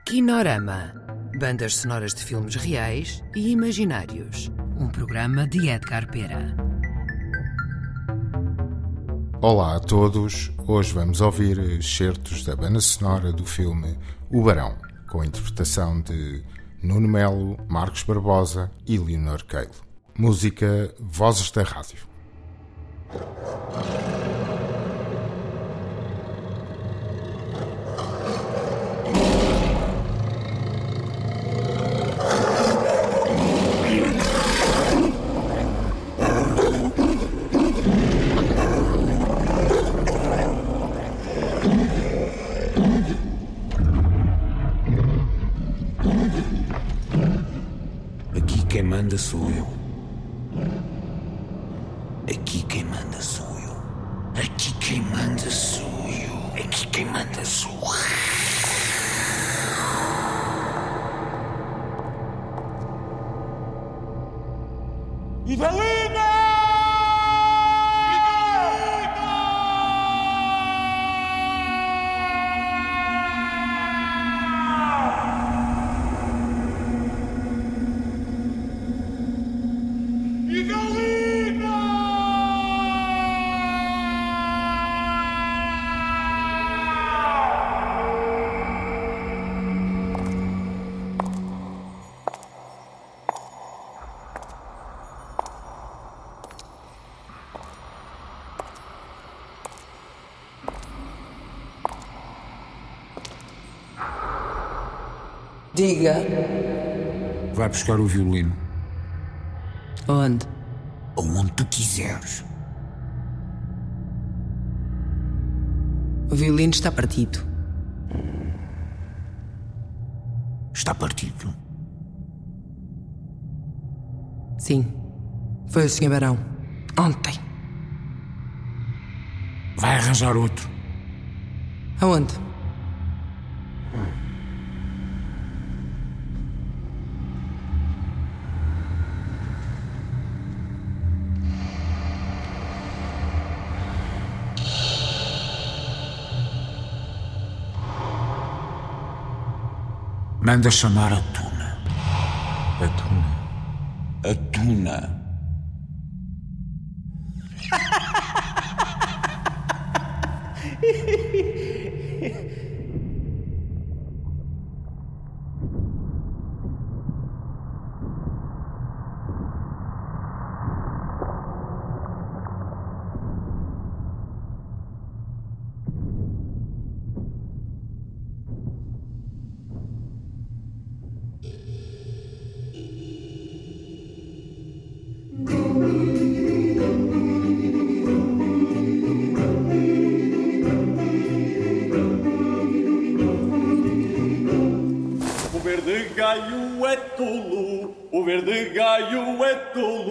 Kinorama. Bandas sonoras de filmes reais e imaginários. Um programa de Edgar Pera. Olá a todos. Hoje vamos ouvir excertos da banda sonora do filme O Barão, com a interpretação de Nuno Melo, Marcos Barbosa e Leonor Keilo. Música Vozes da Rádio. Aqui quem manda sou eu. Aqui quem manda sou eu. Aqui quem manda sou eu. Aqui quem manda sou eu. Idalina! Diga. Vai buscar o violino. Onde? Aonde tu quiseres. O violino está partido. Está partido. Sim. Foi o Sr. Barão. Ontem. Vai arranjar outro. Aonde? Manda chamar a Tuna. A Tuna? A Tuna. O verde gaio é tolo, o verde gaio é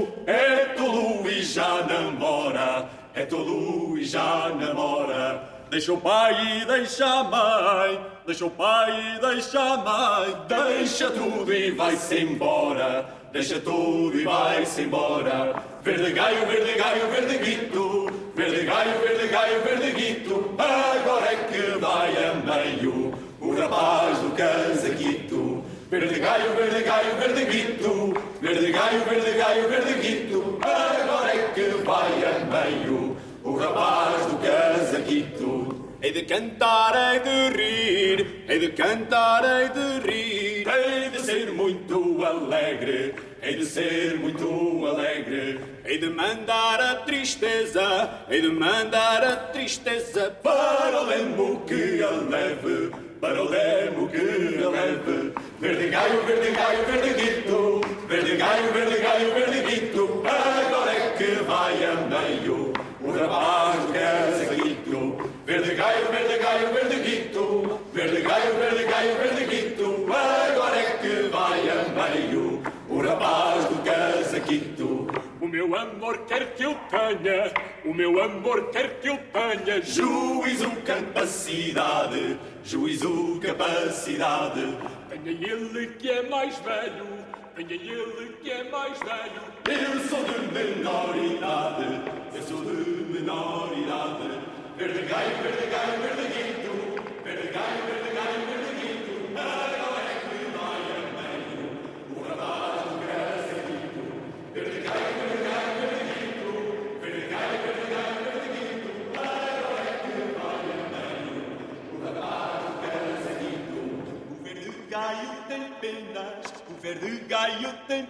tolo e já namora, é tolo e já namora. Deixa o pai e deixa a mãe, deixa o pai e deixa a mãe, deixa tudo e vai-se embora, deixa tudo e vai-se embora. Verde gaio, verde guito, verde gaio, verde guito, agora é que vai a meio o rapaz do casaquito. Verde gaio, verde guito, verde gaio, verde guito, agora é que vai a meio o rapaz do casaquito. Hei de cantar, hei de rir, hei de cantar, hei de rir, hei de ser muito alegre, hei de ser muito alegre, hei de mandar a tristeza, hei de mandar a tristeza para o lemo que a leve, para o lemo que a leve. Verde gaio, verde guito, verde gaio, verde guito, agora é que vai a meio o rapaz do casaquito. Verde gaio, verde guito, verde gaio, verde guito, agora é que vai a meio o rapaz do casaquito. O meu amor quer que eu tenha, o meu amor quer que eu tenha juízo, capacidade, juízo, capacidade. Tenha ele que é mais velho, tenha ele que é mais velho. Eu sou de menor idade, eu sou de menor idade. Verde gaio, verde guito, verde gaio, verde guito, agora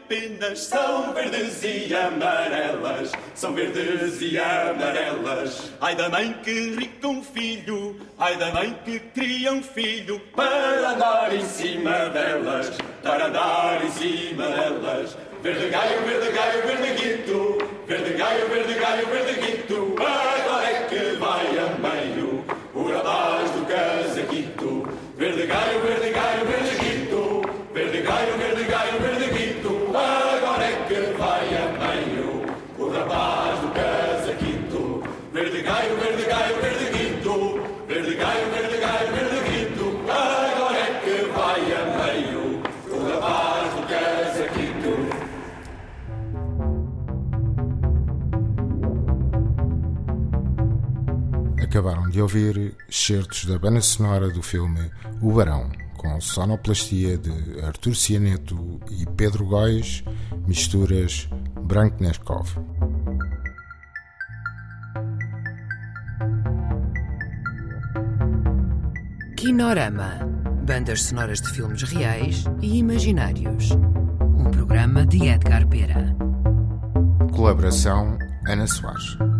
penas são verdes e amarelas, são verdes e amarelas. Ai da mãe que enrica um filho, ai da mãe que cria um filho, para andar em cima delas, para andar em cima delas. Verde galho, verde guito, verde galho, verde guito, agora é que vai a meio o rapaz do casaquito. Verde galho, verde guito, verde galho, verde guito, agora é que vai a meio o rapaz do casaquito. Verde galho, verde guito, verde galho, verde guito, agora é que vai a meio o rapaz do casaquito. Acabaram de ouvir excertos da banda sonora do filme O Barão, com sonoplastia de Artur Cianeto e Pedro Góis, misturas Branko Neskov. Kinorama. Bandas sonoras de filmes reais e imaginários. Um programa de Edgar Pera. Colaboração Ana Soares.